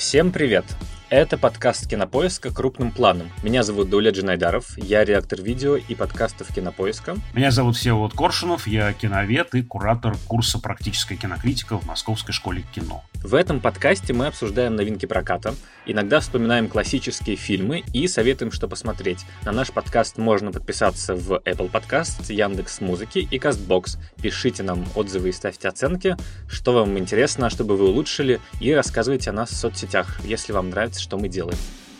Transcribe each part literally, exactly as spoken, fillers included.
Всем привет! Это подкаст Кинопоиска крупным планом. Меня зовут Даулет Джинайдаров, я редактор видео и подкастов Кинопоиска. Меня зовут Всеволод Коршунов, я киновед и куратор курса «Практическая кинокритика» в Московской школе кино. В этом подкасте мы обсуждаем новинки проката, иногда вспоминаем классические фильмы и советуем, что посмотреть. На наш подкаст можно подписаться в Apple Podcasts, Яндекс.Музыки и Castbox. Пишите нам отзывы и ставьте оценки, что вам интересно, чтобы вы улучшили, и рассказывайте о нас в соцсетях, если вам нравится, что мы делаем.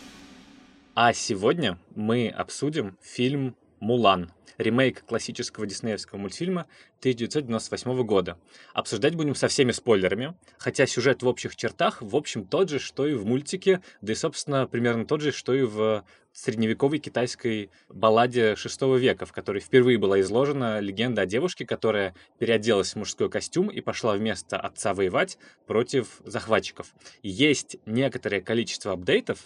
А сегодня мы обсудим фильм «Мулан», ремейк классического диснеевского мультфильма тысяча девятьсот девяносто восьмого года. Обсуждать будем со всеми спойлерами, хотя сюжет в общих чертах, в общем, тот же, что и в мультике, да и, собственно, примерно тот же, что и в средневековой китайской балладе шестого века, в которой впервые была изложена легенда о девушке, которая переоделась в мужской костюм и пошла вместо отца воевать против захватчиков. Есть некоторое количество апдейтов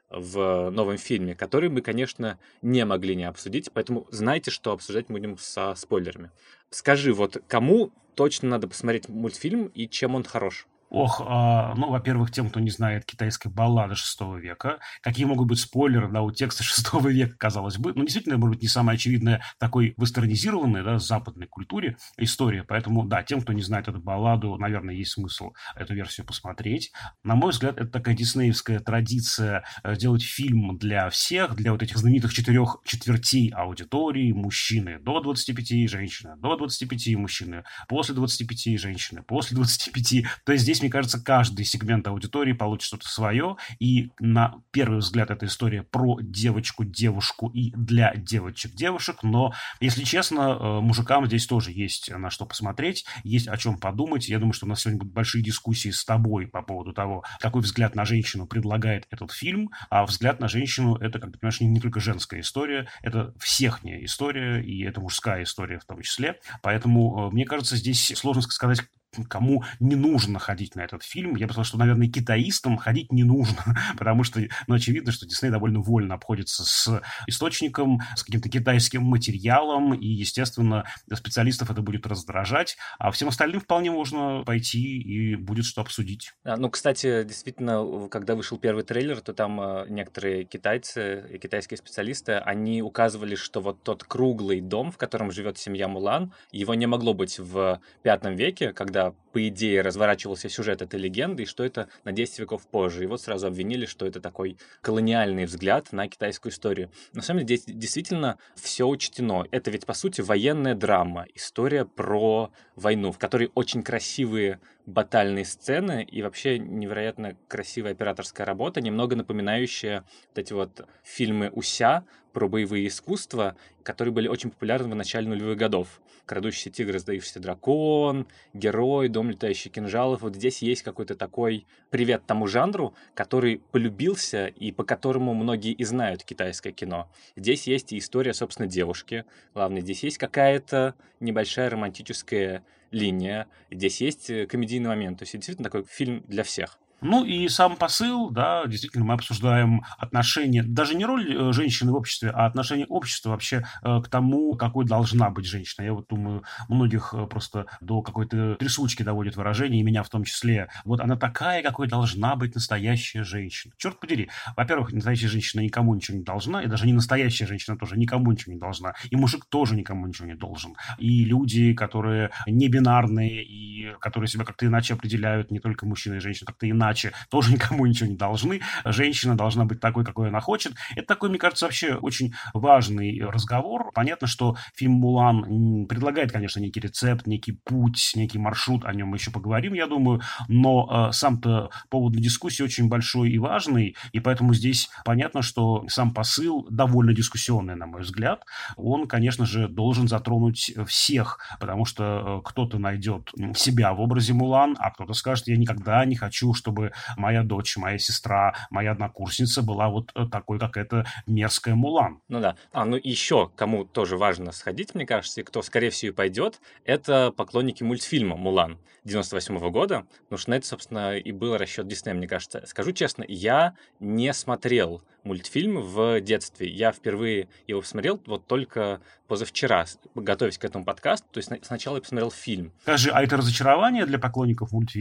в новом фильме, который мы, конечно, не могли не обсудить, поэтому знайте, что обсуждать будем со спойлерами. Скажи, вот кому точно надо посмотреть мультфильм и чем он хорош? Ох, а, ну, во-первых, тем, кто не знает китайской баллады шестого века, какие могут быть спойлеры, да, у текста шестого века, казалось бы. Ну, действительно, может быть, не самая очевидная такой вестернизированной, да, западной культуре история. Поэтому, да, тем, кто не знает эту балладу, наверное, есть смысл эту версию посмотреть. На мой взгляд, это такая диснеевская традиция делать фильм для всех, для вот этих знаменитых четырех четвертей аудитории: мужчины до двадцати пяти, женщины до двадцати пяти, мужчины после двадцати пяти, женщины после двадцати пяти. То есть здесь, мне кажется, каждый сегмент аудитории получит что-то свое, и на первый взгляд эта история про девочку, девушку и для девочек-девушек, но, если честно, мужикам здесь тоже есть на что посмотреть, есть о чем подумать. Я думаю, что у нас сегодня будут большие дискуссии с тобой по поводу того, какой взгляд на женщину предлагает этот фильм, а взгляд на женщину — это, как ты понимаешь, не только женская история, это всехняя история, и это мужская история в том числе, поэтому, мне кажется, здесь сложно сказать, кому не нужно ходить на этот фильм. Я бы сказал, что, наверное, китаистам ходить не нужно, потому что, ну, очевидно, что Дисней довольно вольно обходится с источником, с каким-то китайским материалом, и, естественно, специалистов это будет раздражать, а всем остальным вполне можно пойти и будет что обсудить. А, ну, кстати, действительно, когда вышел первый трейлер, то там э, некоторые китайцы и китайские специалисты, они указывали, что вот тот круглый дом, в котором живет семья Мулан, его не могло быть в пятом веке, когда по идее, разворачивался сюжет этой легенды, и что это на десять веков позже. И вот сразу обвинили, что это такой колониальный взгляд на китайскую историю. На самом деле, здесь действительно все учтено. Это ведь, по сути, военная драма, история про войну, в которой очень красивые батальные сцены и вообще невероятно красивая операторская работа, немного напоминающая вот эти вот фильмы Уся про боевые искусства, которые были очень популярны в начале нулевых годов. «Крадущийся тигр, сдаившийся дракон», «Герой», «Дом летающих кинжалов». Вот здесь есть какой-то такой привет тому жанру, который полюбился и по которому многие и знают китайское кино. Здесь есть и история, собственно, девушки. Главное, здесь есть какая-то небольшая романтическая линия. Здесь есть комедийный момент. То есть действительно такой фильм для всех. Ну и сам посыл, да, действительно, мы обсуждаем отношения, даже не роль женщины в обществе, а отношение общества вообще к тому, какой должна быть женщина. Я вот думаю, многих просто до какой-то трясучки доводит выражение, и меня в том числе. Вот она такая, какой должна быть настоящая женщина. Черт подери. Во-первых, настоящая женщина никому ничего не должна, и даже не настоящая женщина тоже никому ничего не должна. И мужик тоже никому ничего не должен. И люди, которые не бинарные, и которые себя как-то иначе определяют, не только мужчины и женщины, как-то иначе, тоже никому ничего не должны. Женщина должна быть такой, какой она хочет. Это такой, мне кажется, вообще очень важный разговор. Понятно, что фильм «Мулан» предлагает, конечно, некий рецепт, некий путь, некий маршрут. О нем мы еще поговорим, я думаю. Но э, сам-то повод для дискуссии очень большой и важный. И поэтому здесь понятно, что сам посыл довольно дискуссионный, на мой взгляд. Он, конечно же, должен затронуть всех, потому что э, кто-то найдет себя в образе Мулан, а кто-то скажет: я никогда не хочу, чтобы моя дочь, моя сестра, моя однокурсница была вот такой, как эта мерзкая Мулан. Ну да. А, ну еще кому тоже важно сходить, мне кажется, и кто, скорее всего, и пойдет, это поклонники мультфильма «Мулан» девяносто восьмого года, потому что на это, собственно, и был расчет Диснея, мне кажется. Скажу честно, я не смотрел мультфильм в детстве. Я впервые его посмотрел вот только позавчера, готовясь к этому подкасту. То есть сначала я посмотрел фильм. Скажи, а это разочарование для поклонников мультфильма?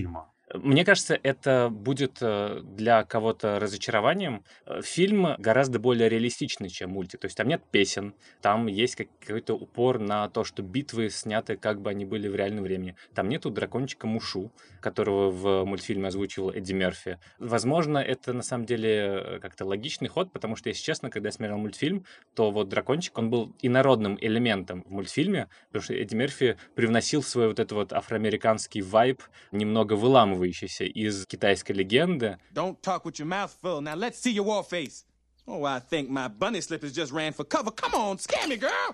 Мне кажется, это будет э, для кого-то разочарованием. Э, Фильм гораздо более реалистичный, чем мультик. То есть там нет песен, там есть как- какой-то упор на то, что битвы сняты, как бы они были в реальном времени. Там нету дракончика Мушу, которого в мультфильме озвучивал Эдди Мерфи. Возможно, это на самом деле э, как-то логичный ход, потому что, если честно, когда я смотрел мультфильм, то вот дракончик, он был инородным элементом в мультфильме, потому что Эдди Мерфи привносил свой вот этот вот афроамериканский вайб, немного выламывающийся из китайской легенды. Don't talk with your mouth full. Now let's see your war face. Oh, I think my bunny slippers just ran for cover. Come on, scare me, girl.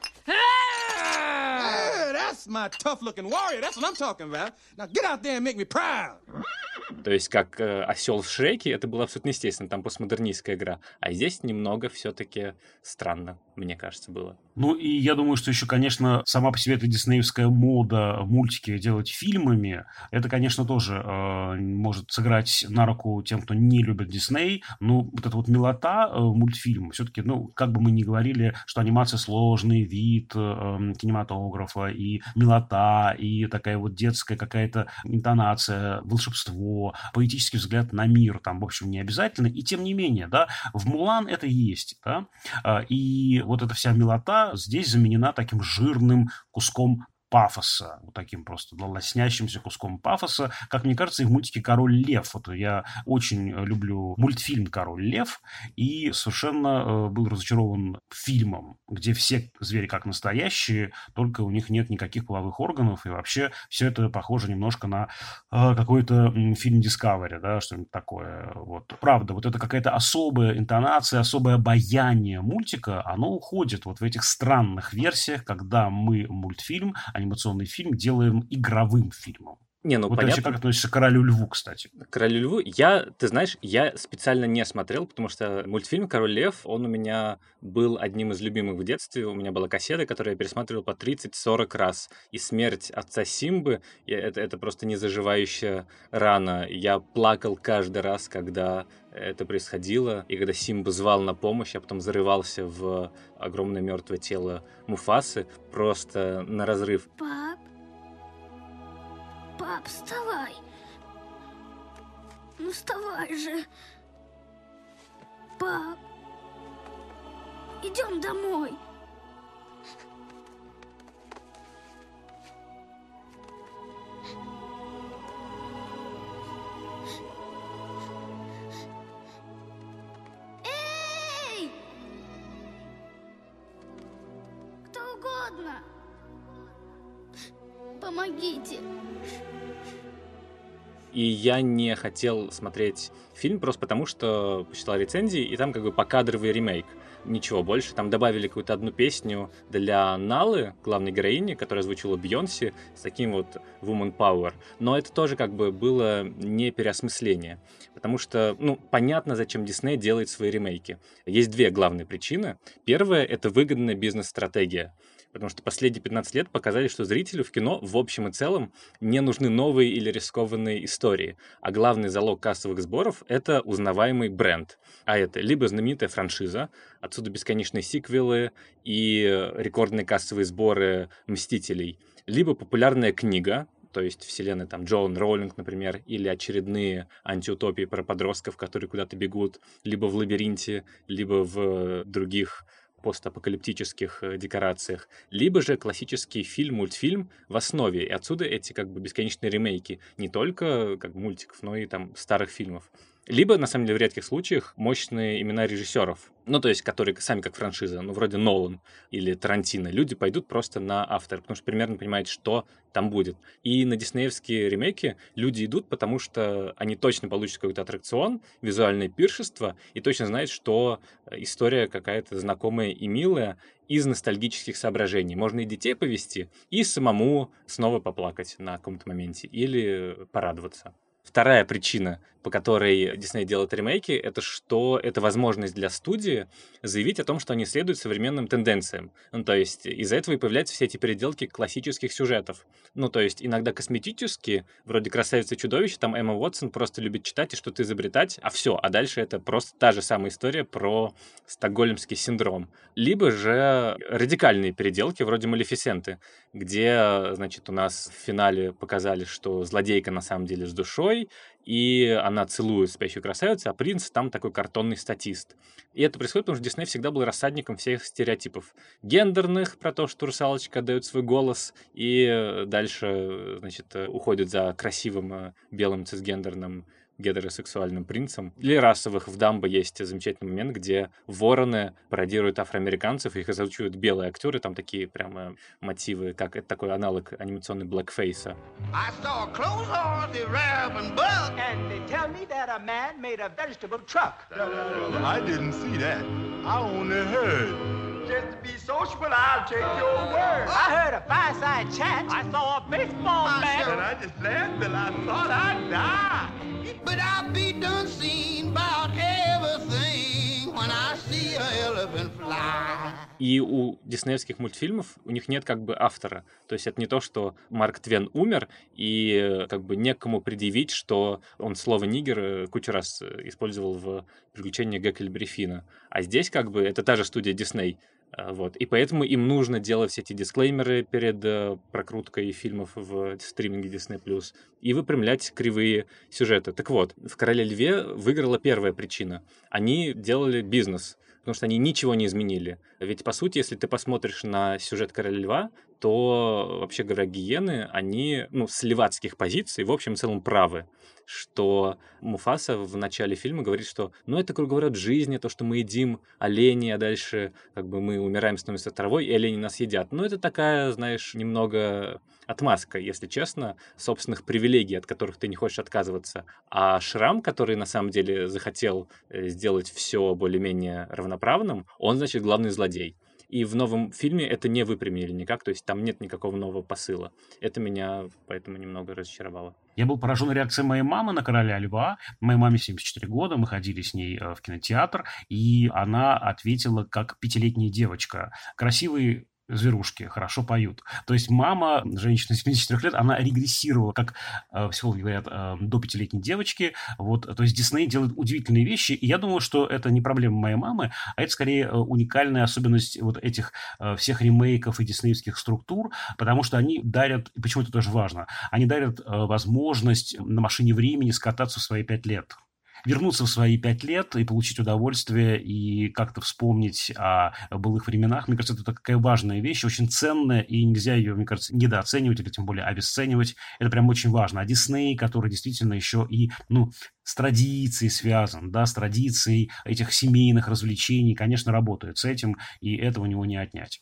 Yeah, that's my tough-looking warrior. That's what I'm talking about. Now get out there and make me proud. То есть как э, осел в Шреке, это было абсолютно естественно, там постмодернистская игра. А здесь немного все-таки странно, мне кажется, было. Ну, и я думаю, что еще, конечно, сама по себе эта диснеевская мода в мультике делать фильмами, это, конечно, тоже э, может сыграть на руку тем, кто не любит Дисней. Ну, вот эта вот милота э, мультфильма, все-таки, ну, как бы мы ни говорили, что анимация сложный вид э, кинематографа, и милота, и такая вот детская какая-то интонация, волшебство, поэтический взгляд на мир, там, в общем, не обязательно. И тем не менее, да, в «Мулан» это есть, да, и вот эта вся милота здесь заменена таким жирным куском пафоса, вот таким просто лоснящимся куском пафоса, как мне кажется, и в мультике «Король лев». Вот я очень люблю мультфильм «Король лев» и совершенно э, был разочарован фильмом, где все звери как настоящие, только у них нет никаких половых органов, и вообще все это похоже немножко на э, какой-то м, фильм Discovery, да, что-нибудь такое. Вот. Правда, вот это какая-то особая интонация, особое обаяние мультика, оно уходит вот в этих странных версиях, когда мы мультфильм, анимационный фильм делаем игровым фильмом. Не, ну Вот ты вообще понятно. как относишься к «Королю льву», кстати? «Королю льву» я, ты знаешь, я специально не смотрел, потому что мультфильм «Король лев», он у меня был одним из любимых в детстве. У меня была кассета, которую я пересматривал по тридцать-сорок раз. И смерть отца Симбы, я- это, это просто незаживающая рана. Я плакал каждый раз, когда это происходило, и когда Симба звал на помощь, а потом зарывался в огромное мертвое тело Муфасы, просто на разрыв. Пап? Пап, вставай! Ну вставай же! Пап! Идем домой! Эй! Кто угодно! Помогите! И я не хотел смотреть фильм просто потому, что почитал рецензии, и там как бы покадровый ремейк. Ничего больше. Там добавили какую-то одну песню для Налы, главной героини, которая озвучила Бейонсе, с таким вот woman power. Но это тоже как бы было не переосмысление. Потому что, ну, понятно, зачем Дисней делает свои ремейки. Есть две главные причины. Первая — это выгодная бизнес-стратегия. Потому что последние пятнадцать лет показали, что зрителю в кино в общем и целом не нужны новые или рискованные истории. А главный залог кассовых сборов — это узнаваемый бренд. А это либо знаменитая франшиза, отсюда бесконечные сиквелы и рекордные кассовые сборы «Мстителей», либо популярная книга, то есть вселенная там Джоан Роулинг, например, или очередные антиутопии про подростков, которые куда-то бегут, либо в лабиринте, либо в других постапокалиптических э, декорациях, либо же классический фильм-мультфильм в основе. И отсюда эти как бы бесконечные ремейки не только как бы мультиков, но и там старых фильмов. Либо, на самом деле, в редких случаях мощные имена режиссеров, ну, то есть, которые сами как франшиза, ну, вроде Нолан или Тарантино. Люди пойдут просто на автора, потому что примерно понимают, что там будет. И на диснеевские ремейки люди идут, потому что они точно получат какой-то аттракцион, визуальное пиршество, и точно знают, что история какая-то знакомая и милая из ностальгических соображений. Можно и детей повести, и самому снова поплакать на каком-то моменте, или порадоваться. Вторая причина, по которой Disney делает ремейки, это что это возможность для студии заявить о том, что они следуют современным тенденциям. Ну, то есть из-за этого и появляются все эти переделки классических сюжетов. Ну, то есть иногда косметические, вроде «Красавицы и чудовища», там Эмма Уотсон просто любит читать и что-то изобретать, а все, а дальше это просто та же самая история про стокгольмский синдром. Либо же радикальные переделки, вроде «Малефисенты», где, значит, у нас в финале показали, что злодейка на самом деле с душой, и она целует спящую красавицу, а принц там такой картонный статист. И это происходит, потому что Дисней всегда был рассадником всех стереотипов. Гендерных, про то, что русалочка отдает свой голос, и дальше, значит, уходит за красивым белым цисгендерным гетеросексуальным принцем. Или расовых. В «Дамбо» есть замечательный момент, где вороны пародируют афроамериканцев, их озвучивают белые актеры, там такие прямо мотивы, как это такой аналог анимационный блэкфейса. I saw clothes on the raven bug. And they tell me that a man made a vegetable truck. Well, I didn't see that. I only heard. Just to be sociable, I'll take your word. I heard a fireside chat. I saw a baseball bat. And I just laughed till I thought I'd die. But I'll be done seen about everything when I see an elephant fly. И у диснеевских мультфильмов у них нет как бы автора. То есть это не то, что Марк Твен умер, и как бы некому предъявить, что он слово «нигер» кучу раз использовал в «Приключениях Гекльберри Финна». А здесь как бы это та же студия Дисней. Вот. И поэтому им нужно делать все эти дисклеймеры перед э, прокруткой фильмов в стриминге Disney+, и выпрямлять кривые сюжеты. Так вот, в «Короле льве» выиграла первая причина. Они делали бизнес, потому что они ничего не изменили. Ведь, по сути, если ты посмотришь на сюжет «Короля льва», то, вообще говоря, гиены, они, ну, с левацких позиций, в общем и целом, правы. Что Муфаса в начале фильма говорит, что, ну, это круговорот жизни, то, что мы едим оленей, а дальше, как бы, мы умираем, становимся травой, и олени нас едят. Ну, это такая, знаешь, немного отмазка, если честно, собственных привилегий, от которых ты не хочешь отказываться. А Шрам, который, на самом деле, захотел сделать все более-менее равноправным, он, значит, главный злодей. И в новом фильме это не выпрямили никак, то есть там нет никакого нового посыла. Это меня поэтому немного разочаровало. Я был поражен реакцией моей мамы на «Короля льва». Моей маме семьдесят четыре года, мы ходили с ней в кинотеатр, и она ответила как пятилетняя девочка. Красивый зверушки хорошо поют. То есть мама, женщина семидесяти четырёх лет, она регрессировала, как э, психологи говорят, э, до пятилетней девочки. Вот, то есть Дисней делает удивительные вещи, и я думаю, что это не проблема моей мамы, а это скорее э, уникальная особенность вот этих э, всех ремейков и диснеевских структур, потому что они дарят, и почему это тоже важно, они дарят э, возможность на машине времени скататься в свои пять лет. Вернуться в свои пять лет и получить удовольствие, и как-то вспомнить о былых временах. Мне кажется, это такая важная вещь, очень ценная, и нельзя ее, мне кажется, недооценивать или тем более обесценивать. Это прям очень важно. А Дисней, который действительно еще и, ну, с традицией связан, да, с традицией этих семейных развлечений, конечно, работает с этим, и этого у него не отнять.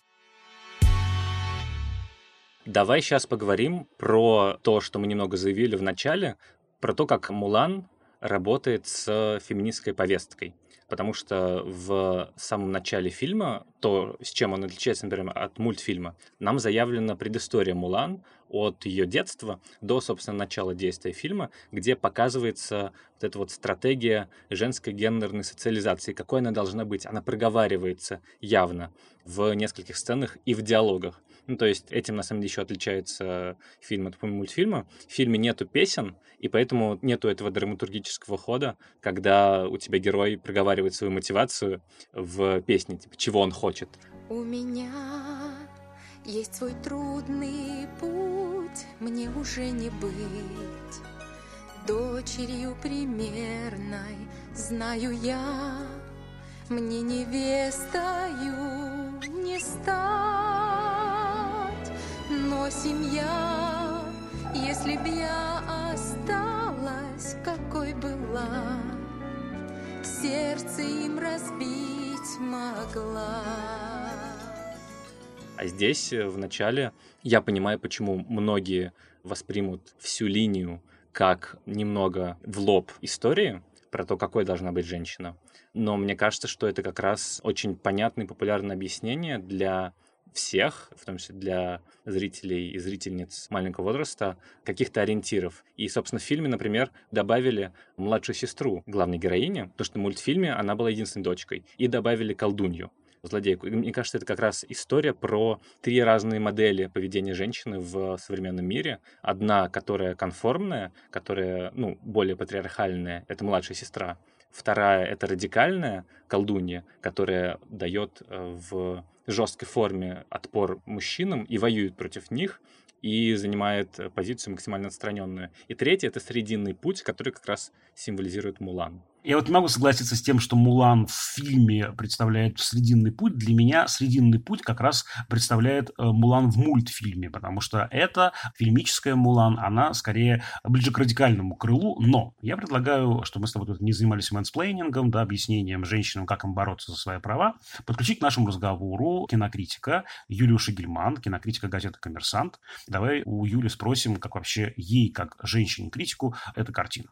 Давай сейчас поговорим про то, что мы немного заявили в начале, про то, как «Мулан» работает с феминистской повесткой. Потому что в самом начале фильма, то, с чем он отличается, например, от мультфильма, нам заявлена предыстория Мулан от ее детства до, собственно, начала действия фильма, где показывается вот эта вот стратегия женской гендерной социализации, какой она должна быть. Она проговаривается явно в нескольких сценах и в диалогах. Ну, то есть этим, на самом деле, еще отличается фильм от мультфильма. В фильме нету песен, и поэтому нету этого драматургического хода, когда у тебя герой проговаривает свою мотивацию в песне, типа, чего он хочет. У меня есть свой трудный путь, мне уже не быть дочерью примерной, знаю я, мне невестою не стать. Но семья, если б я осталась, какой была, сердце им разбить могла. А здесь, в начале, я понимаю, почему многие воспримут всю линию как немного в лоб истории про то, какой должна быть женщина. Но мне кажется, что это как раз очень понятное и популярное объяснение для всех, в том числе для зрителей и зрительниц маленького возраста, каких-то ориентиров. И, собственно, в фильме, например, добавили младшую сестру главной героини, потому что в мультфильме она была единственной дочкой, и добавили колдунью, злодейку. И мне кажется, это как раз история про три разные модели поведения женщины в современном мире. Одна, которая конформная, которая, ну, более патриархальная, это младшая сестра. Вторая — это радикальная колдунья, которая дает в жесткой форме отпор мужчинам и воюет против них, и занимает позицию максимально отстраненную. И третья — это срединный путь, который как раз символизирует Мулан. Я вот не могу согласиться с тем, что Мулан в фильме представляет срединный путь. Для меня срединный путь как раз представляет э, Мулан в мультфильме, потому что это фильмическая Мулан, она скорее ближе к радикальному крылу. Но я предлагаю, чтобы мы с тобой тут не занимались мэнсплейнингом, да, объяснением женщинам, как им бороться за свои права, подключить к нашему разговору кинокритика Юлию Шигельман, кинокритика газеты «Коммерсант». Давай у Юли спросим, как вообще ей, как женщине-критику, эта картина.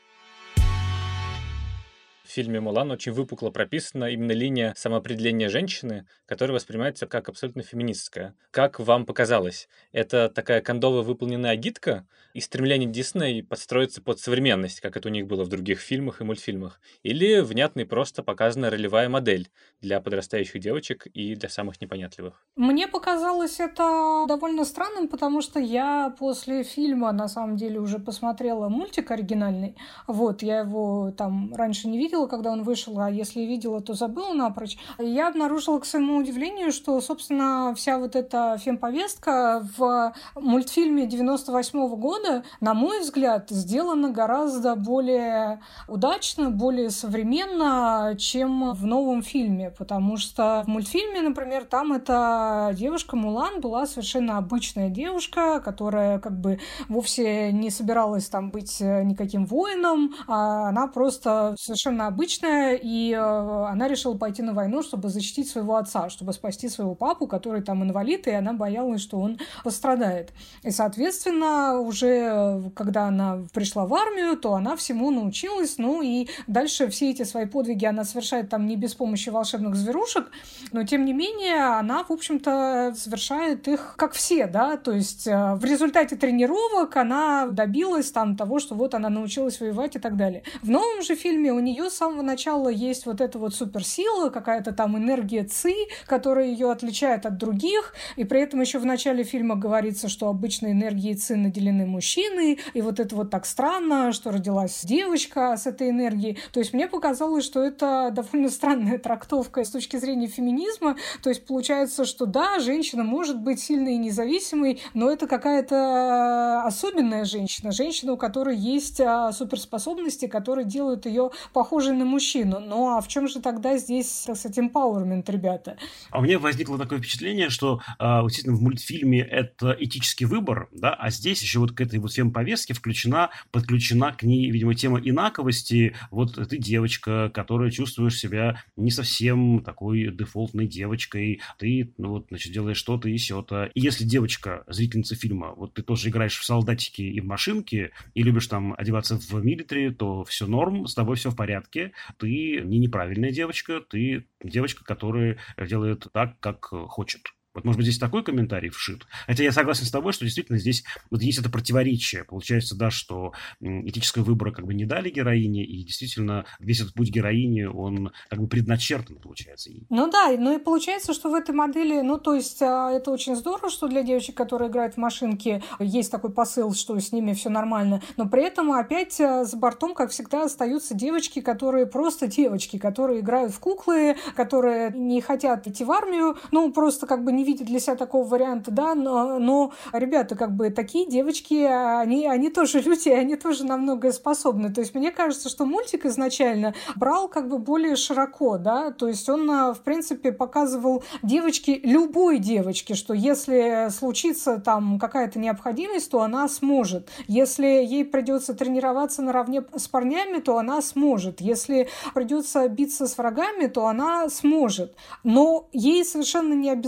В фильме «Мулан» очень выпукло прописана именно линия самоопределения женщины, которая воспринимается как абсолютно феминистская. Как вам показалось, это такая кондово выполненная агитка и стремление Дисней подстроиться под современность, как это у них было в других фильмах и мультфильмах? Или внятно и просто показана ролевая модель для подрастающих девочек и для самых непонятливых? Мне показалось это довольно странным, потому что я после фильма, на самом деле, уже посмотрела мультик оригинальный. Вот, я его там раньше не видела, когда он вышел, а если видела, то забыла напрочь. И я обнаружила, к своему удивлению, что, собственно, вся вот эта фемповестка в мультфильме девяносто восьмого года, на мой взгляд, сделана гораздо более удачно, более современно, чем в новом фильме, потому что в мультфильме, например, там эта девушка Мулан была совершенно обычная девушка, которая как бы вовсе не собиралась там быть никаким воином, а она просто совершенно обычная, и э, она решила пойти на войну, чтобы защитить своего отца, чтобы спасти своего папу, который там инвалид, и она боялась, что он пострадает. И, соответственно, уже когда она пришла в армию, то она всему научилась, ну и дальше все эти свои подвиги она совершает там не без помощи волшебных зверушек, но, тем не менее, она, в общем-то, совершает их как все, да, то есть э, в результате тренировок она добилась там того, что вот она научилась воевать и так далее. В новом же фильме у нее с самого начала есть вот эта вот суперсила, какая-то там энергия ци, которая ее отличает от других, и при этом еще в начале фильма говорится, что обычно энергией ци наделены мужчины, и вот это вот так странно, что родилась девочка с этой энергией. То есть мне показалось, что это довольно странная трактовка с точки зрения феминизма. То есть получается, что да, женщина может быть сильной и независимой, но это какая-то особенная женщина, женщина, у которой есть суперспособности, которые делают ее похожей на мужчину. Ну а в чем же тогда здесь, так сказать, empowerment, ребята? А у меня возникло такое впечатление, что э, действительно в мультфильме это этический выбор, да, а здесь еще вот к этой вот фемповестке включена, подключена к ней, видимо, тема инаковости. Вот ты девочка, которая чувствуешь себя не совсем такой дефолтной девочкой, ты, ну вот, значит, делаешь что-то и сё-то. И если девочка, зрительница фильма, вот ты тоже играешь в солдатики и в машинки, и любишь там одеваться в милитари, то все норм, с тобой все в порядке, ты не неправильная девочка, ты девочка, которая делает так, как хочет. Вот, может быть, здесь такой комментарий вшит. Хотя я согласен с тобой, что действительно здесь вот есть это противоречие. Получается, да, что этического выбора как бы не дали героине, и действительно весь этот путь героини, он как бы предначертан, получается. Ну да, ну и получается, что в этой модели, ну то есть это очень здорово, что для девочек, которые играют в машинки, есть такой посыл, что с ними все нормально, но при этом опять за бортом, как всегда, остаются девочки, которые просто девочки, которые играют в куклы, которые не хотят идти в армию, ну просто как бы не видят для себя такого варианта, да, но, но ребята, как бы такие девочки, они, они тоже люди, они тоже на многое способны. То есть мне кажется, что мультик изначально брал как бы более широко, да, то есть он, в принципе, показывал девочке, любой девочке, что если случится там какая-то необходимость, то она сможет. Если ей придется тренироваться наравне с парнями, то она сможет. Если придется биться с врагами, то она сможет. Но ей совершенно не обязательно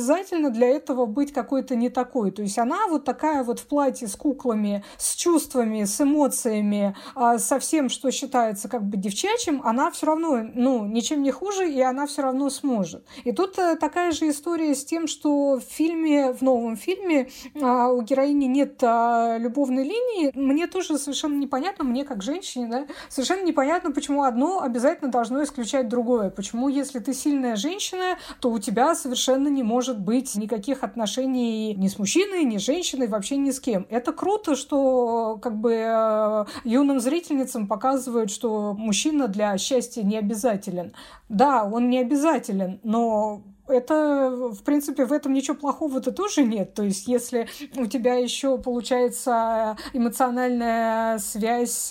обязательно для этого быть какой-то не такой. То есть она вот такая вот в платье с куклами, с чувствами, с эмоциями, со всем, что считается как бы девчачьим, она все равно, ну, ничем не хуже, и она все равно сможет. И тут такая же история с тем, что в фильме, в новом фильме у героини нет любовной линии. Мне тоже совершенно непонятно, мне как женщине, да, совершенно непонятно, почему одно обязательно должно исключать другое. Почему, если ты сильная женщина, то у тебя совершенно не может быть никаких отношений ни с мужчиной, ни с женщиной, вообще ни с кем. Это круто, что как бы юным зрительницам показывают, что мужчина для счастья не обязателен. Да, он не обязателен, но это, в принципе, в этом ничего плохого-то тоже нет. То есть, если у тебя еще получается эмоциональная связь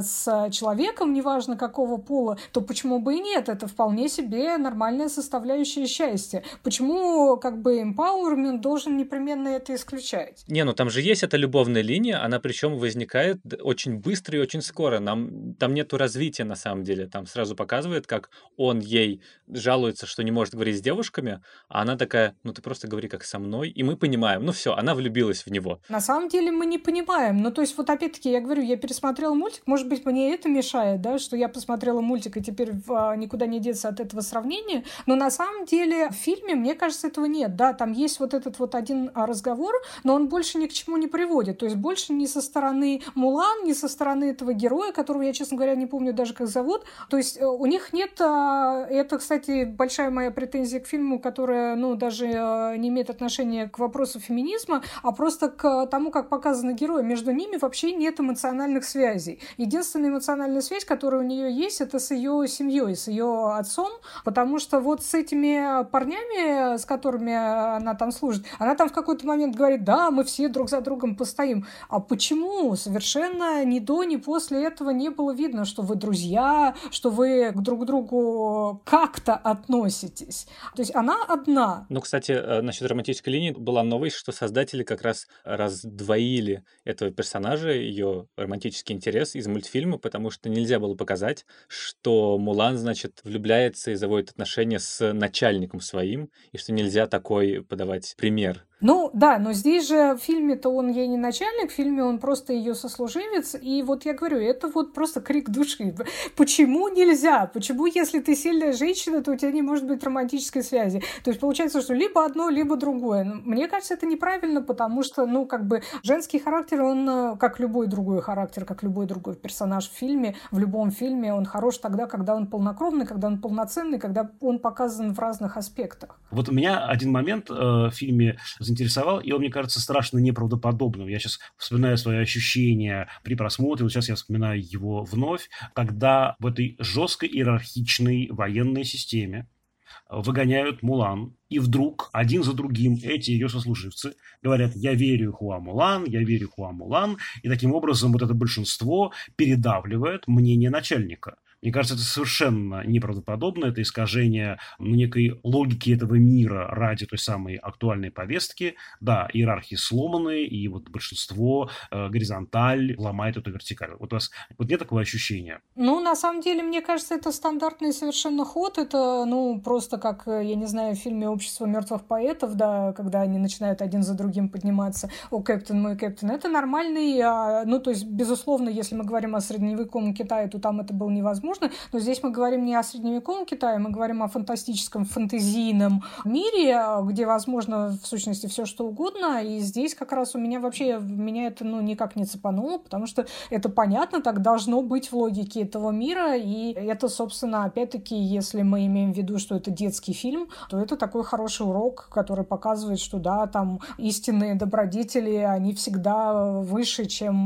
с человеком, неважно какого пола, то почему бы и нет? Это вполне себе нормальная составляющая счастья. Почему как бы empowerment должен непременно это исключать? Не, ну там же есть эта любовная линия, она причем возникает очень быстро и очень скоро. Нам, там нету развития на самом деле. Там сразу показывает, как он ей жалуется, что не может говорить с девушкой, а она такая, ну ты просто говори как со мной, и мы понимаем, ну все, она влюбилась в него. На самом деле мы не понимаем, ну то есть вот опять-таки я говорю, я пересмотрела мультик, может быть мне это мешает, да, что я посмотрела мультик и теперь а, никуда не деться от этого сравнения, но на самом деле в фильме, мне кажется, этого нет, да, там есть вот этот вот один разговор, но он больше ни к чему не приводит, то есть больше ни со стороны Мулан, ни со стороны этого героя, которого я, честно говоря, не помню даже как зовут, то есть у них нет, а, это, кстати, большая моя претензия к фильму, которая, ну, даже э, не имеет отношения к вопросу феминизма, а просто к тому, как показаны герои. Между ними вообще нет эмоциональных связей. Единственная эмоциональная связь, которая у нее есть, это с ее семьей, с ее отцом, потому что вот с этими парнями, с которыми она там служит, она там в какой-то момент говорит, да, мы все друг за другом постоим. А почему? Совершенно ни до, ни после этого не было видно, что вы друзья, что вы друг к другу как-то относитесь. То есть она одна. Ну, кстати, насчет романтической линии была новость, что создатели как раз раздвоили этого персонажа, ее романтический интерес из мультфильма, потому что нельзя было показать, что Мулан, значит, влюбляется и заводит отношения с начальником своим, и что нельзя такой подавать пример. Ну, да, но здесь же в фильме-то он ей не начальник, в фильме он просто ее сослуживец, и вот я говорю, это вот просто крик души. Почему нельзя? Почему, если ты сильная женщина, то у тебя не может быть романтической связи? То есть получается, что либо одно, либо другое. Мне кажется, это неправильно, потому что, ну, как бы женский характер, он, как любой другой характер, как любой другой персонаж в фильме, в любом фильме, он хорош тогда, когда он полнокровный, когда он полноценный, когда он показан в разных аспектах. Вот у меня один момент э, в фильме заинтересовал, и он, мне кажется, страшно неправдоподобным. Я сейчас вспоминаю свои ощущения при просмотре, вот сейчас я вспоминаю его вновь, когда в этой жесткой иерархичной военной системе выгоняют Мулан, и вдруг один за другим эти ее сослуживцы говорят, я верю Хуа Мулан, я верю Хуа Мулан, и таким образом вот это большинство передавливает мнение начальника. Мне кажется, это совершенно неправдоподобно, это искажение некой логики этого мира ради той самой актуальной повестки. Да, иерархии сломаны, и вот большинство, э, горизонталь ломает эту вертикаль. Вот у вас вот нет такого ощущения? Ну, на самом деле, мне кажется, это стандартный совершенно ход. Это, ну, просто как, я не знаю, в фильме «Общество мертвых поэтов», да, когда они начинают один за другим подниматься. «О, капитан, мой капитан». Это нормальный, а, ну, то есть, безусловно, если мы говорим о средневековом Китае, то там это было невозможно. Но здесь мы говорим не о средневековом Китае, мы говорим о фантастическом, фэнтезийном мире, где возможно, в сущности, все что угодно. И здесь как раз у меня вообще, меня это, ну, никак не цепануло, потому что это понятно, так должно быть в логике этого мира. И это, собственно, опять-таки, если мы имеем в виду, что это детский фильм, то это такой хороший урок, который показывает, что, да, там истинные добродетели, они всегда выше, чем,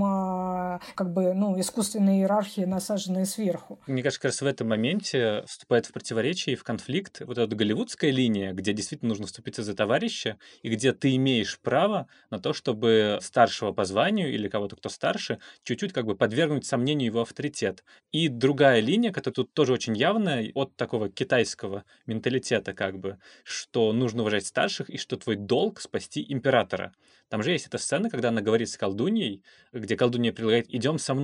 как бы, ну, искусственные иерархии, насаженные сверху. Мне кажется, как раз в этом моменте вступает в противоречие и в конфликт вот эта голливудская линия, где действительно нужно вступиться за товарища, и где ты имеешь право на то, чтобы старшего по званию или кого-то, кто старше, чуть-чуть как бы подвергнуть сомнению его авторитет. И другая линия, которая тут тоже очень явная, от такого китайского менталитета как бы, что нужно уважать старших и что твой долг спасти императора. Там же есть эта сцена, когда она говорит с колдуньей, где колдунья предлагает «идем со мной».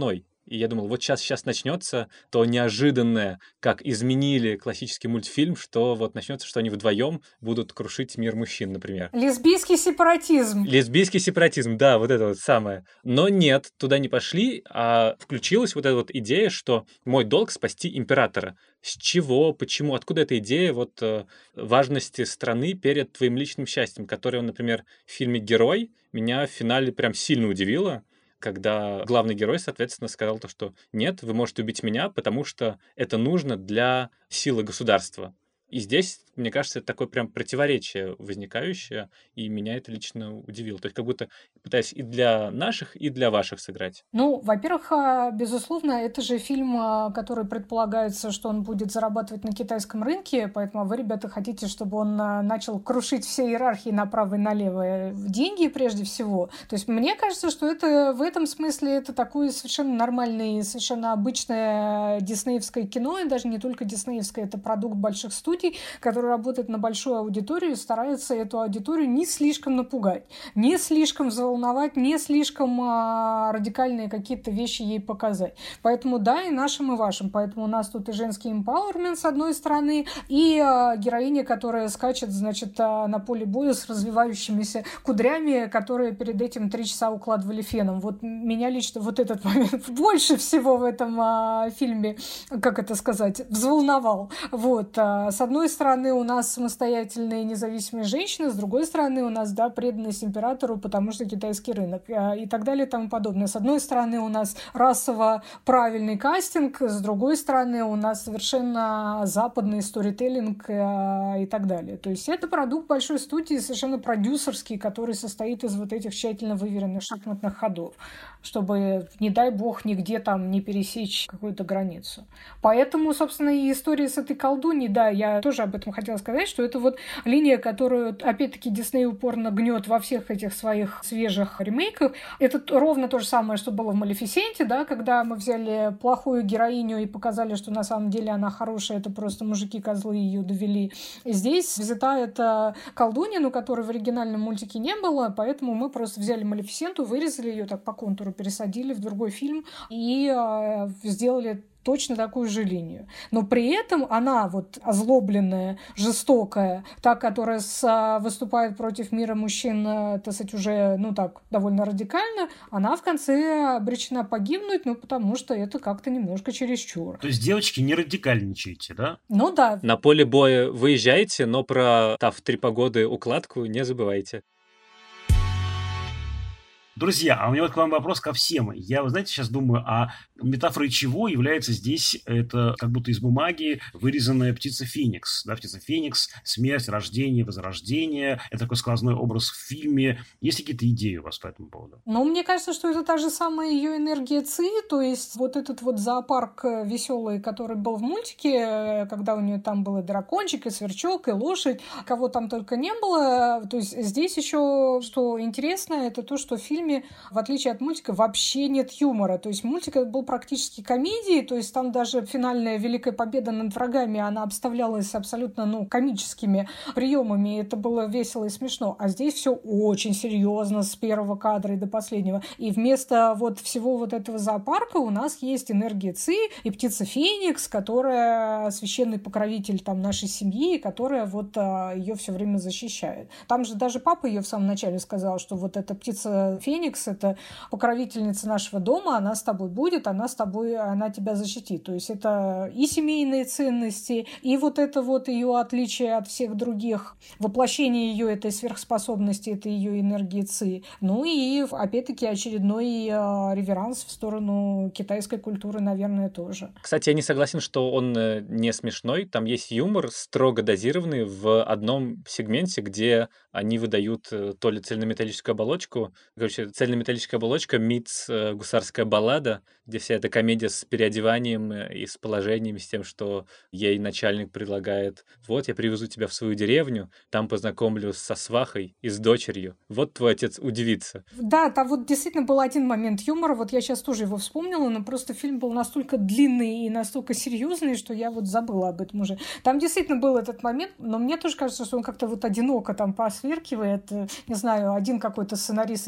И я думал, вот сейчас, сейчас начнется то неожиданное, как изменили классический мультфильм, что вот начнется, что они вдвоем будут крушить мир мужчин, например. Лесбийский сепаратизм. Лесбийский сепаратизм, да, вот это вот самое. Но нет, туда не пошли, а включилась вот эта вот идея, что мой долг спасти императора. С чего, почему, откуда эта идея вот э, важности страны перед твоим личным счастьем, которое, например, в фильме «Герой» меня в финале прям сильно удивило, когда главный герой, соответственно, сказал то, что нет, вы можете убить меня, потому что это нужно для силы государства. И здесь, мне кажется, это такое прям противоречие возникающее, и меня это лично удивило. То есть как будто пытаюсь и для наших, и для ваших сыграть. Ну, во-первых, безусловно, это же фильм, который предполагается, что он будет зарабатывать на китайском рынке, поэтому вы, ребята, хотите, чтобы он начал крушить все иерархии направо и налево. Деньги прежде всего. То есть мне кажется, что это в этом смысле это такое совершенно нормальное, совершенно обычное диснеевское кино, и даже не только диснеевское, это продукт больших студий, который работает на большую аудиторию и старается эту аудиторию не слишком напугать, не слишком взволновать, не слишком а, радикальные какие-то вещи ей показать. Поэтому да, и нашим, и вашим. Поэтому у нас тут и женский эмпауэрмент с одной стороны, и а, героиня, которая скачет, значит, а, на поле боя с развивающимися кудрями, которые перед этим три часа укладывали феном. Вот меня лично вот этот момент больше всего в этом а, фильме, как это сказать, взволновал. Вот. А, с одной стороны, у нас самостоятельные независимые женщины, с другой стороны, у нас, да, преданность императору, потому что китайский рынок, и так далее и тому подобное. С одной стороны, у нас расово правильный кастинг, с другой стороны, у нас совершенно западный сторителлинг и так далее. То есть это продукт большой студии, совершенно продюсерский, который состоит из вот этих тщательно выверенных шахматных ходов, чтобы, не дай бог, нигде там не пересечь какую-то границу. Поэтому, собственно, и история с этой колдуньей, да, я тоже об этом хотела сказать, что это вот линия, которую, опять-таки, Дисней упорно гнет во всех этих своих свежих ремейках. Это ровно то же самое, что было в «Малефисенте», да, когда мы взяли плохую героиню и показали, что на самом деле она хорошая, это просто мужики-козлы ее довели. И здесь взята эта колдунья, ну, которой в оригинальном мультике не было, поэтому мы просто взяли «Малефисенту», вырезали ее так по контуру, пересадили в другой фильм и э, сделали точно такую же линию. Но при этом она вот озлобленная, жестокая, та, которая с, выступает против мира мужчин, так сказать, уже, ну так, довольно радикально, она в конце обречена погибнуть, ну потому что это как-то немножко чересчур. То есть, девочки, не радикальничайте, да? Ну да. На поле боя выезжайте, но про та в три погоды укладку не забывайте. Друзья, а у меня вот к вам вопрос ко всем. Я, вы знаете, сейчас думаю, а метафорой чего является здесь это как будто из бумаги вырезанная птица Феникс. Да, птица Феникс, смерть, рождение, возрождение. Это такой сквозной образ в фильме. Есть ли какие-то идеи у вас по этому поводу? Ну, мне кажется, что это та же самая ее энергия Ци, то есть вот этот вот зоопарк веселый, который был в мультике, когда у нее там был и дракончик, и сверчок, и лошадь, кого там только не было. То есть здесь еще, что интересно, это то, что в фильме, в отличие от мультика, вообще нет юмора. То есть мультик был практически комедией, то есть там даже финальная великая победа над врагами, она обставлялась абсолютно, ну, комическими приемами, и это было весело и смешно. А здесь все очень серьезно с первого кадра и до последнего. И вместо вот всего вот этого зоопарка у нас есть энергия Ци и птица Феникс, которая священный покровитель там нашей семьи, которая вот а, ее все время защищает. Там же даже папа ее в самом начале сказал, что вот эта птица Феникс, это покровительница нашего дома, она с тобой будет, она с тобой, она тебя защитит. То есть это и семейные ценности, и вот это вот ее отличие от всех других, воплощение ее этой сверхспособности, это ее энергии Ци. Ну и опять-таки очередной реверанс в сторону китайской культуры, наверное, тоже. Кстати, я не согласен, что он не смешной. Там есть юмор, строго дозированный в одном сегменте, где они выдают то ли цельнометаллическую оболочку, короче, цельнометаллическая оболочка митс гусарская баллада, где вся эта комедия с переодеванием и с положениями, с тем, что ей начальник предлагает: вот, я привезу тебя в свою деревню, там познакомлю со свахой и с дочерью. Вот твой отец удивится. Да, там вот действительно был один момент юмора, вот я сейчас тоже его вспомнила, но просто фильм был настолько длинный и настолько серьезный, что я вот забыла об этом уже. Там действительно был этот момент, но мне тоже кажется, что он как-то вот одиноко там посверкивает. Не знаю, один какой-то сценарист из десяти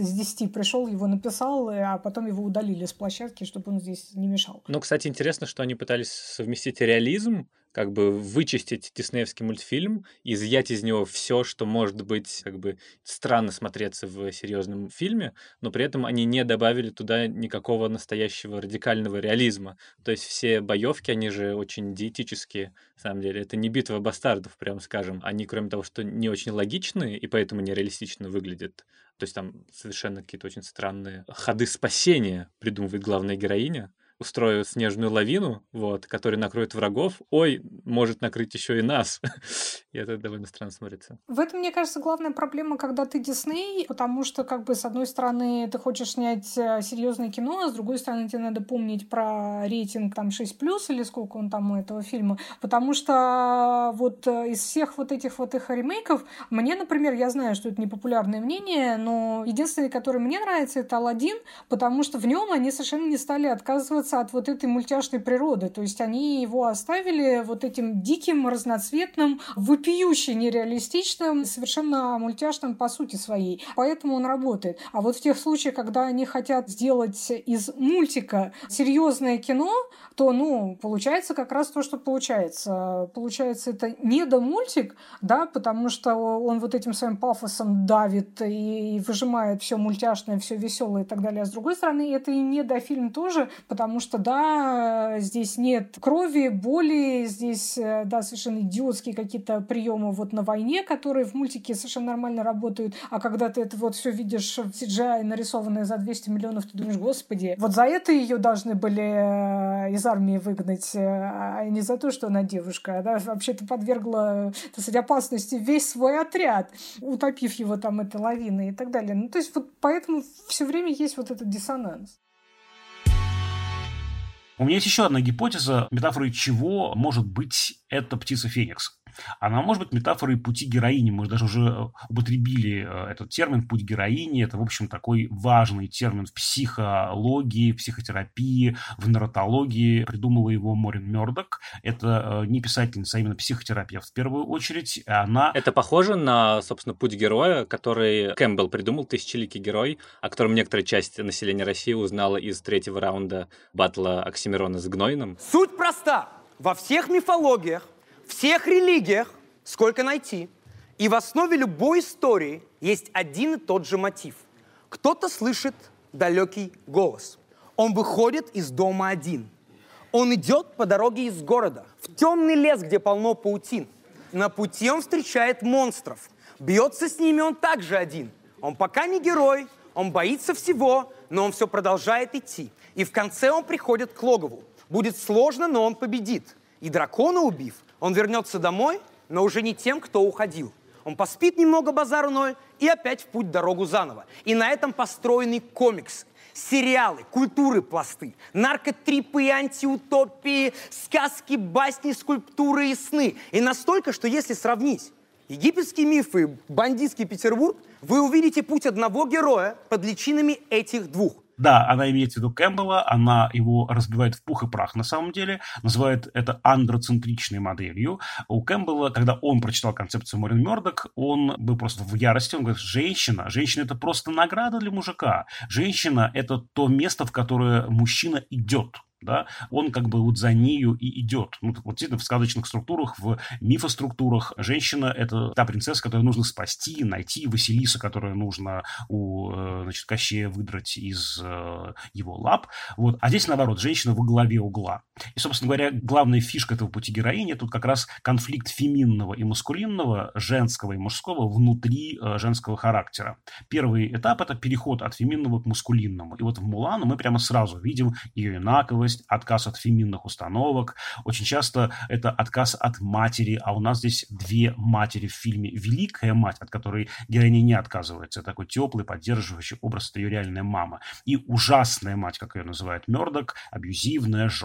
пришел, его написал, а потом его удалили с площадки, чтобы он здесь не мешал. Ну, кстати, интересно, что они пытались совместить реализм, как бы вычистить диснеевский мультфильм, изъять из него все, что может быть как бы странно смотреться в серьезном фильме, но при этом они не добавили туда никакого настоящего радикального реализма. То есть все боевки, они же очень диетические, на самом деле. Это не битва бастардов, прям скажем. Они, кроме того, что не очень логичные и поэтому нереалистично выглядят, то есть там совершенно какие-то очень странные ходы спасения придумывает главная героиня, устрою снежную лавину, вот, которая накроет врагов, ой, может накрыть еще и нас. И это довольно странно смотрится. В этом, мне кажется, главная проблема, когда ты Дисней, потому что, как бы, с одной стороны, ты хочешь снять серьезное кино, а с другой стороны, тебе надо помнить про рейтинг там шесть плюс или сколько он там у этого фильма, потому что вот из всех вот этих вот их ремейков, мне, например, я знаю, что это непопулярное мнение, но единственный, который мне нравится, это «Аладдин», потому что в нем они совершенно не стали отказываться от вот этой мультяшной природы. То есть они его оставили вот этим диким, разноцветным, вопиюще нереалистичным, совершенно мультяшным по сути своей. Поэтому он работает. А вот в тех случаях, когда они хотят сделать из мультика серьезное кино, то, ну, получается как раз то, что получается. Получается, это недомультик, да, потому что он вот этим своим пафосом давит и выжимает все мультяшное, все веселое и так далее. А с другой стороны, это и недофильм тоже, потому что, да, здесь нет крови, боли, здесь, да, совершенно идиотские какие-то приемы вот на войне, которые в мультике совершенно нормально работают, а когда ты это вот все видишь в си джи ай, нарисованное за двести миллионов, ты думаешь, господи, вот за это ее должны были из армии выгнать, а не за то, что она девушка. Она вообще-то подвергла, так сказать, опасности весь свой отряд, утопив его там этой лавиной и так далее. Ну, то есть вот поэтому все время есть вот этот диссонанс. У меня есть еще одна гипотеза, метафорой чего может быть эта птица Феникс. Она может быть метафорой пути героини. Мы даже уже употребили этот термин «путь героини». Это, в общем, такой важный термин в психологии, в психотерапии, в нарратологии. Придумала его Морин Мёрдок. Это не писательница, а именно психотерапевт в первую очередь. Она... Это похоже на, собственно, путь героя, который Кэмпбелл придумал, тысячеликий герой, о котором некоторая часть населения России узнала из третьего раунда батла Оксимирона с Гнойным. Суть проста. Во всех мифологиях, всех религиях, сколько найти, и в основе любой истории есть один и тот же мотив. Кто-то слышит далекий голос. Он выходит из дома один. Он идет по дороге из города, в темный лес, где полно паутин. На пути он встречает монстров. Бьется с ними он также один. Он пока не герой, он боится всего, но он все продолжает идти. И в конце он приходит к логову. Будет сложно, но он победит. И дракона убив, он вернется домой, но уже не тем, кто уходил. Он поспит немного базару ноль и опять в путь дорогу заново. И на этом построены комиксы, сериалы, культуры пласты, наркотрипы и антиутопии, сказки, басни, скульптуры и сны. И настолько, что если сравнить египетские мифы и бандитский Петербург, вы увидите путь одного героя под личинами этих двух. Да, она имеет в виду Кэмпбелла, она его разбивает в пух и прах на самом деле, называет это андроцентричной моделью. У Кэмпбелла, когда он прочитал концепцию Морин Мёрдок, он был просто в ярости, он говорит, женщина, женщина это просто награда для мужика, женщина это то место, в которое мужчина идет. Да, он как бы вот за нею и идет. Ну, вот действительно, в сказочных структурах, в мифоструктурах женщина – это та принцесса, которую нужно спасти, найти, Василиса, которую нужно у, значит, Кощея выдрать из э, его лап. Вот. А здесь, наоборот, женщина во главе угла. И, собственно говоря, главная фишка этого пути героини – тут как раз конфликт феминного и маскулинного, женского и мужского внутри э, женского характера. Первый этап – это переход от феминного к маскулинному. И вот в «Мулан» мы прямо сразу видим ее инаковость, отказ от феминных установок. Очень часто это отказ от матери, а у нас здесь две матери в фильме. Великая мать, от которой героиня не отказывается. Такой теплый, поддерживающий образ, это ее реальная мама. И ужасная мать, как ее называет Мёрдок, абьюзивная, жесткая,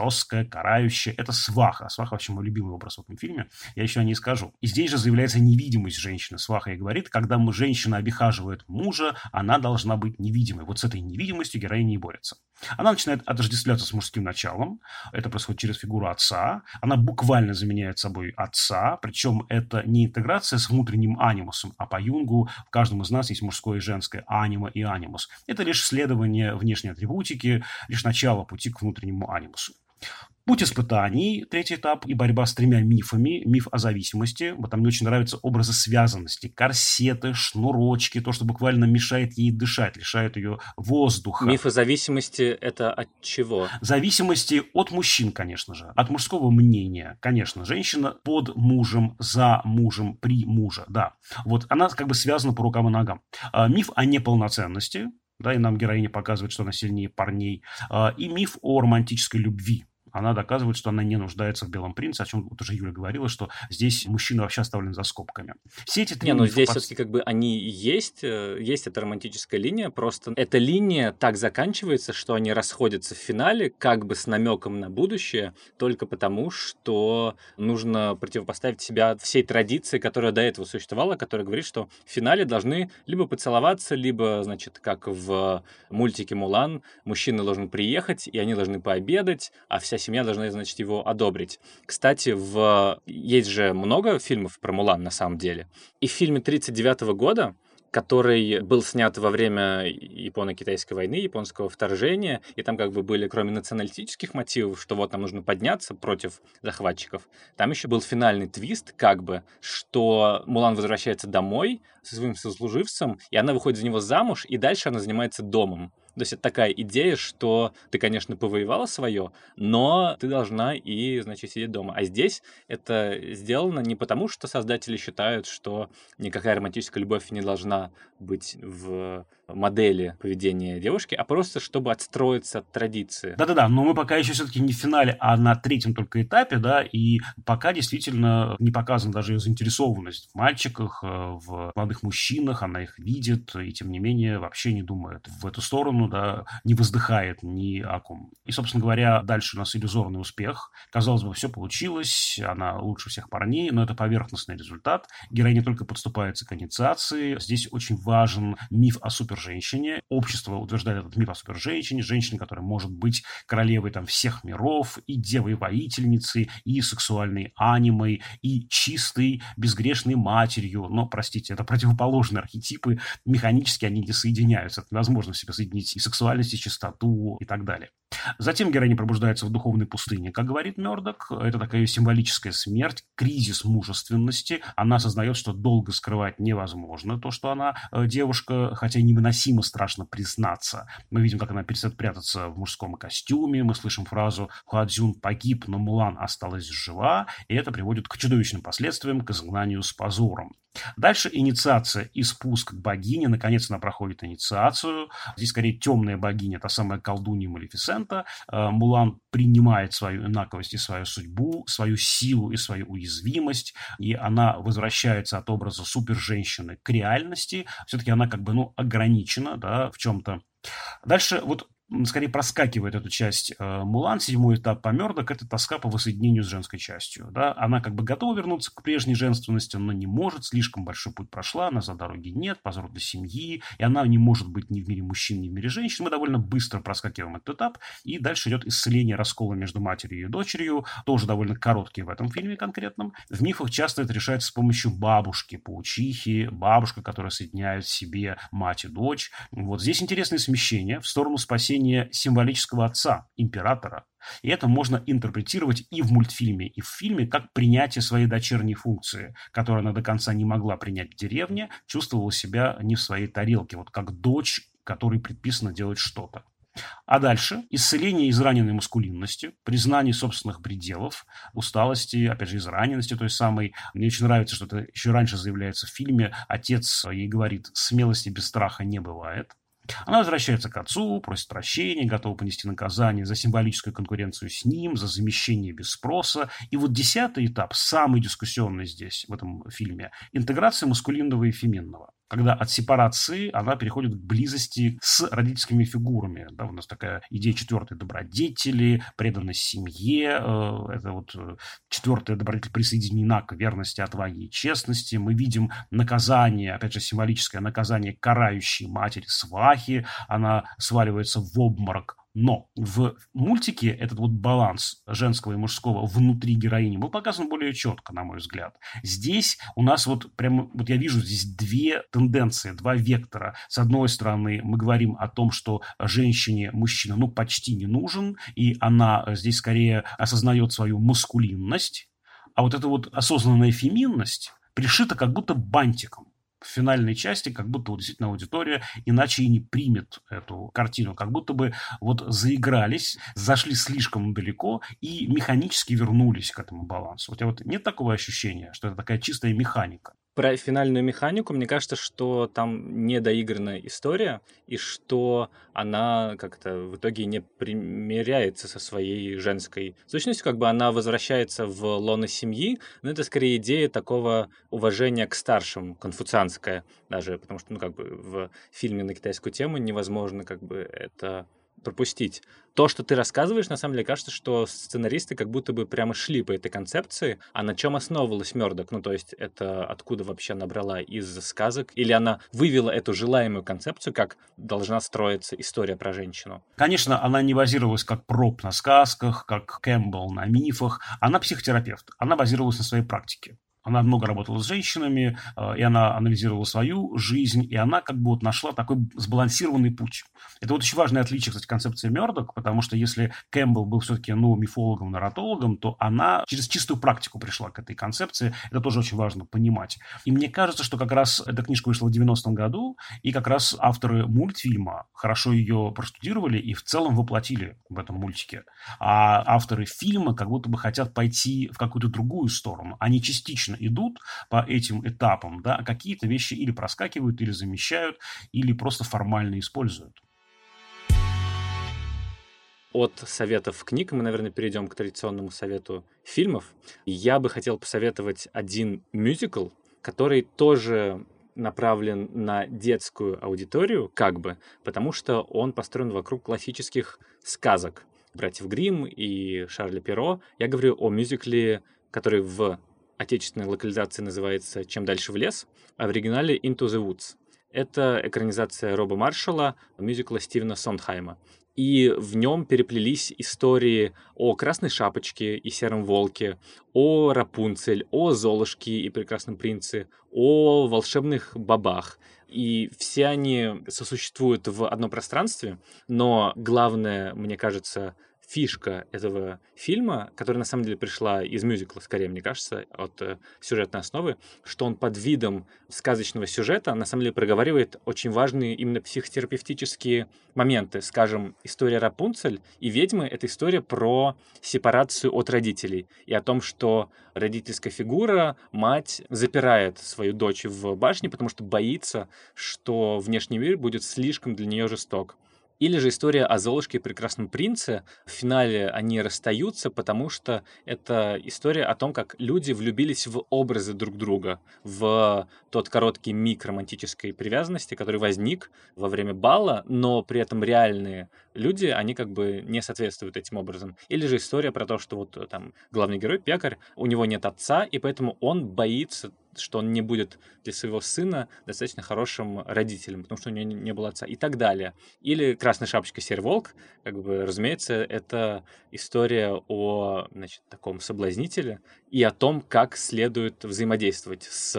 наказание, карающее. Это сваха. Сваха вообще мой любимый образ в этом фильме. Я еще о ней скажу. И здесь же заявляется невидимость женщины. Сваха и говорит, когда женщина обихаживает мужа, она должна быть невидимой. Вот с этой невидимостью героиня и борется. Она начинает отождествляться с мужским началом. Это происходит через фигуру отца. Она буквально заменяет собой отца. Причем это не интеграция с внутренним анимусом, а по Юнгу в каждом из нас есть мужское и женское анима и анимус. Это лишь следование внешней атрибутики, лишь начало пути к внутреннему анимусу. Путь испытаний, третий этап, и борьба с тремя мифами. Миф о зависимости. Вот там мне очень нравятся образы связанности. Корсеты, шнурочки, то, что буквально мешает ей дышать, лишает ее воздуха. Миф о зависимости – это от чего? Зависимости от мужчин, конечно же. От мужского мнения. Конечно, женщина под мужем, за мужем, при муже. Да. Вот она как бы связана по рукам и ногам. А, миф о неполноценности. Да, и нам героиня показывает, что она сильнее парней. А, и миф о романтической любви. Она доказывает, что она не нуждается в белом принце, о чем вот уже Юля говорила, что здесь мужчина вообще оставлен за скобками. Все эти три Не, ну здесь под... все-таки как бы они есть, есть эта романтическая линия, просто эта линия так заканчивается, что они расходятся в финале как бы с намеком на будущее, только потому, что нужно противопоставить себя всей традиции, которая до этого существовала, которая говорит, что в финале должны либо поцеловаться, либо, значит, как в мультике «Мулан», мужчина должен приехать, и они должны пообедать, а вся семья должна, значит, его одобрить. Кстати, в... есть же много фильмов про Мулан на самом деле. И в фильме тридцать девятого года, который был снят во время японо-китайской войны, японского вторжения, и там как бы были, кроме националистических мотивов, что вот нам нужно подняться против захватчиков, там еще был финальный твист, как бы, что Мулан возвращается домой со своим сослуживцем, и она выходит за него замуж, и дальше она занимается домом. То есть это такая идея, что ты, конечно, повоевала свое, но ты должна и, значит, сидеть дома. А здесь это сделано не потому, что создатели считают, что никакая романтическая любовь не должна быть в модели поведения девушки, а просто чтобы отстроиться от традиции. Да-да-да, но мы пока еще все-таки не в финале, а на третьем только этапе, да, и пока действительно не показана даже ее заинтересованность в мальчиках, в молодых мужчинах, она их видит, и тем не менее вообще не думает в эту сторону, да, не воздыхает ни о ком. И, собственно говоря, дальше у нас иллюзорный успех. Казалось бы, все получилось, она лучше всех парней, но это поверхностный результат. Героиня только подступается к инициации. Здесь очень важен миф о суперженщине. Общество утверждает этот миф о суперженщине, женщине, которая может быть королевой там всех миров, и девой-воительницей, и сексуальной анимой, и чистой, безгрешной матерью. Но, простите, это противоположные архетипы. Механически они не соединяются. Это невозможно в себе соединить и сексуальность, и чистоту, и так далее. Затем героиня пробуждается в духовной пустыне, как говорит Мёрдок. Это такая символическая смерть, кризис мужественности. Она осознает, что долго скрывать невозможно то, что она э, девушка, хотя невыносимо страшно признаться. Мы видим, как она перестает прятаться в мужском костюме. Мы слышим фразу «Хуадзюн погиб, но Мулан осталась жива». И это приводит к чудовищным последствиям, к изгнанию с позором. Дальше инициация и спуск к богине. Наконец она проходит инициацию. Здесь скорее темная богиня, та самая колдунья Малефисента. Мулан принимает свою инаковость и свою судьбу, свою силу и свою уязвимость. И она возвращается от образа суперженщины к реальности. Все-таки она как бы, ну, ограничена, да, в чем-то. Дальше вот скорее проскакивает эту часть э, Мулан, седьмой этап по Мёрдок, это тоска по воссоединению с женской частью. Да? Она как бы готова вернуться к прежней женственности, но не может, слишком большой путь прошла, назад дороги нет, позор для семьи, и она не может быть ни в мире мужчин, ни в мире женщин. Мы довольно быстро проскакиваем этот этап, и дальше идет исцеление раскола между матерью и дочерью, тоже довольно короткий в этом фильме конкретном. В мифах часто это решается с помощью бабушки, паучихи, бабушка, которая соединяет в себе мать и дочь. Вот здесь интересное смещение в сторону спасения символического отца, императора. И это можно интерпретировать и в мультфильме, и в фильме как принятие своей дочерней функции, которую она до конца не могла принять в деревне, чувствовала себя не в своей тарелке, вот как дочь, которой предписано делать что-то. А дальше исцеление израненной маскулинности, признание собственных пределов, усталости, опять же, израненности той самой. Мне очень нравится, что это еще раньше заявляется в фильме. Отец ей говорит, смелости без страха не бывает. Она возвращается к отцу, просит прощения, готова понести наказание за символическую конкуренцию с ним, за замещение без спроса. И вот десятый этап, самый дискуссионный здесь, в этом фильме, интеграция маскулинного и феминного. когда от сепарации она переходит к близости с родительскими фигурами. Да, у нас такая идея четвертой добродетели, преданность семье. Э, это вот четвертая добродетель присоединена к верности, отваге и честности. Мы видим наказание, опять же, символическое наказание карающей матери свахи. Она сваливается в обморок. Но в мультике этот вот баланс женского и мужского внутри героини был показан более четко, на мой взгляд. Здесь у нас вот прямо, вот я вижу здесь две тенденции, два вектора. С одной стороны, мы говорим о том, что женщине мужчина, ну, почти не нужен, и она здесь скорее осознает свою маскулинность, а вот эта вот осознанная феминность пришита как будто бантиком. В финальной части как будто вот действительно аудитория иначе и не примет эту картину. Как будто бы вот заигрались, зашли слишком далеко и механически вернулись к этому балансу. У тебя вот нет такого ощущения, что это такая чистая механика? Про финальную механику, мне кажется, что там недоигранная история, и что она как-то в итоге не примиряется со своей женской сущностью, как бы она возвращается в лоно семьи, но это скорее идея такого уважения к старшим, конфуцианская даже, потому что, ну, как бы в фильме на китайскую тему невозможно как бы это пропустить. То, что ты рассказываешь, на самом деле, кажется, что сценаристы как будто бы прямо шли по этой концепции, а на чем основывалась Мёрдок? Ну, то есть это откуда вообще она брала из сказок? Или она вывела эту желаемую концепцию, как должна строиться история про женщину? Конечно, она не базировалась как проб на сказках, как Кэмпбелл на мифах. Она психотерапевт. Она базировалась на своей практике. Она много работала с женщинами, и она анализировала свою жизнь, и она как бы вот нашла такой сбалансированный путь. Это вот очень важное отличие, кстати, концепции Мёрдок, потому что если Кэмпбелл был все-таки, ну, мифологом, нарратологом, то она через чистую практику пришла к этой концепции. Это тоже очень важно понимать. И мне кажется, что как раз эта книжка вышла в девяностом году, и как раз авторы мультфильма хорошо ее простудировали и в целом воплотили в этом мультике. А авторы фильма как будто бы хотят пойти в какую-то другую сторону. Они частично идут по этим этапам, да, а какие-то вещи или проскакивают, или замещают, или просто формально используют. От советов книг мы, наверное, перейдем к традиционному совету фильмов. Я бы хотел посоветовать один мюзикл, который тоже направлен на детскую аудиторию, как бы, потому что он построен вокруг классических сказок братьев Гримм и Шарля Перро. Я говорю о мюзикле, который в отечественной локализации называется «Чем дальше в лес», а в оригинале «Into the Woods». Это экранизация Роба Маршалла, мюзикла Стивена Сондхайма. И в нем переплелись истории о Красной Шапочке и Сером Волке, о Рапунцель, о Золушке и Прекрасном Принце, о волшебных бобах. И все они сосуществуют в одном пространстве, но главное, мне кажется, фишка этого фильма, которая на самом деле пришла из мюзикла, скорее, мне кажется, от э, сюжетной основы, что он под видом сказочного сюжета на самом деле проговаривает очень важные именно психотерапевтические моменты. Скажем, история Рапунцель и ведьмы — это история про сепарацию от родителей и о том, что родительская фигура, мать, запирает свою дочь в башне, потому что боится, что внешний мир будет слишком для нее жесток. Или же история о Золушке и Прекрасном Принце. В финале они расстаются, потому что это история о том, как люди влюбились в образы друг друга, в тот короткий миг романтической привязанности, который возник во время бала, но при этом реальные люди, они как бы не соответствуют этим образом. Или же история про то, что вот там главный герой, пекарь, у него нет отца, и поэтому он боится, что он не будет для своего сына достаточно хорошим родителем, потому что у него не было отца, и так далее. Или «Красная шапочка, серый волк», как бы, разумеется, это история о, значит, таком соблазнителе и о том, как следует взаимодействовать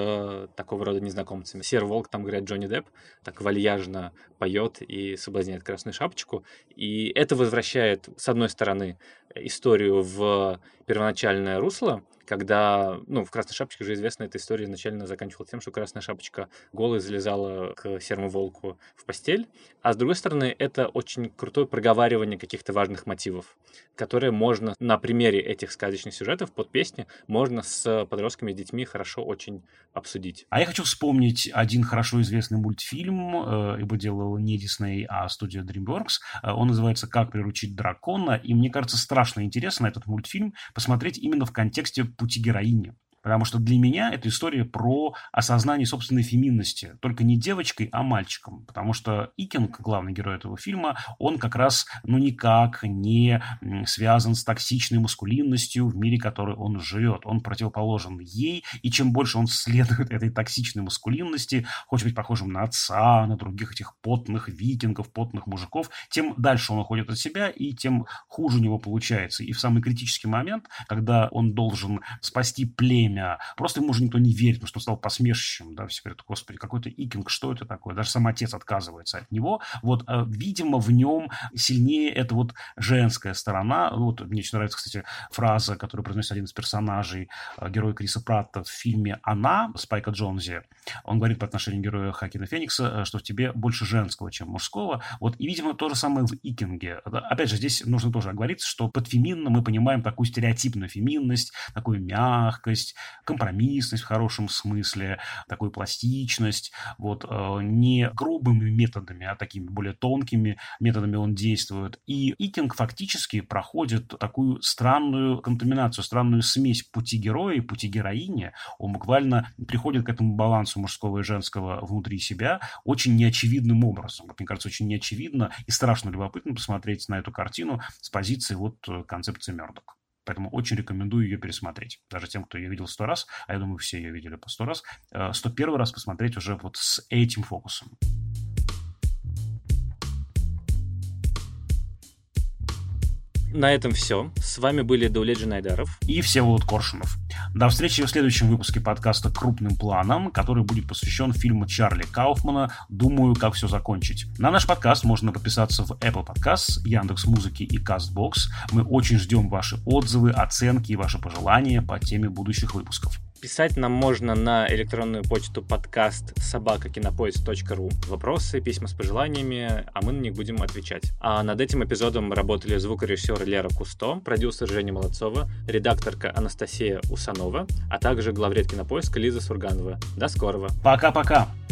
с такого рода незнакомцами. Серый волк, там говорят, Джонни Депп так вальяжно поет и соблазняет Красную Шапочку, и это возвращает, с одной стороны, историю в первоначальное русло, когда, ну, в «Красной шапочке» же известно, эта история изначально заканчивалась тем, что Красная Шапочка голой залезала к Серому волку в постель. А с другой стороны, это очень крутое проговаривание каких-то важных мотивов, которые можно на примере этих сказочных сюжетов под песни можно с подростками, с детьми хорошо очень обсудить. А я хочу вспомнить один хорошо известный мультфильм, э, его делал не Дисней, а студия DreamWorks. Он называется «Как приручить дракона», и мне кажется, страшно интересно этот мультфильм посмотреть именно в контексте пути героини. Потому что для меня это история про осознание собственной феминности. Только не девочкой, а мальчиком. Потому что Икинг, главный герой этого фильма, он как раз ну никак не связан с токсичной маскулинностью в мире, в котором он живет. Он противоположен ей, и чем больше он следует этой токсичной маскулинности, хочет быть похожим на отца, на других этих потных викингов, потных мужиков, тем дальше он уходит от себя, и тем хуже у него получается. И в самый критический момент, когда он должен спасти племя, просто ему уже никто не верит, потому что он стал посмешищем, да, все говорят, господи, какой-то Икинг, что это такое? Даже сам отец отказывается от него. Вот, видимо, в нем сильнее эта вот женская сторона. Вот, мне очень нравится, кстати, фраза, которую произносит один из персонажей, героя Криса Пратта в фильме «Она» Спайка Джонзи. Он говорит по отношению к герою Хоакина Феникса, что в тебе больше женского, чем мужского. Вот, и, видимо, то же самое в Икинге. Опять же, здесь нужно тоже оговориться, что под феминным мы понимаем такую стереотипную феминность, такую мягкость, компромиссность в хорошем смысле, такую пластичность. Вот, не грубыми методами, а такими более тонкими методами он действует. И Икинг фактически проходит такую странную контаминацию, странную смесь пути героя и пути героини. Он буквально приходит к этому балансу мужского и женского внутри себя очень неочевидным образом. Мне кажется, очень неочевидно и страшно любопытно посмотреть на эту картину с позиции вот концепции Мёрдок. Поэтому очень рекомендую ее пересмотреть. Даже тем, кто ее видел сто раз, а я думаю, все ее видели по сто раз, сто первый раз посмотреть уже вот с этим фокусом. На этом все. С вами были Даулет Джанайдаров и Всеволод Коршунов. До встречи в следующем выпуске подкаста «Крупным планом», который будет посвящен фильму Чарли Кауфмана «Думаю, как все закончить». На наш подкаст можно подписаться в Apple Podcasts, Яндекс.Музыки и Castbox. Мы очень ждем ваши отзывы, оценки и ваши пожелания по теме будущих выпусков. Писать нам можно на электронную почту подкаст собака кинопоиск точка ру. Вопросы, письма с пожеланиями, а мы на них будем отвечать. А над этим эпизодом работали звукорежиссер Лера Кусто, продюсер Женя Молодцова, редакторка Анастасия Усанова, а также главред Кинопоиска Лиза Сурганова. До скорого. Пока-пока.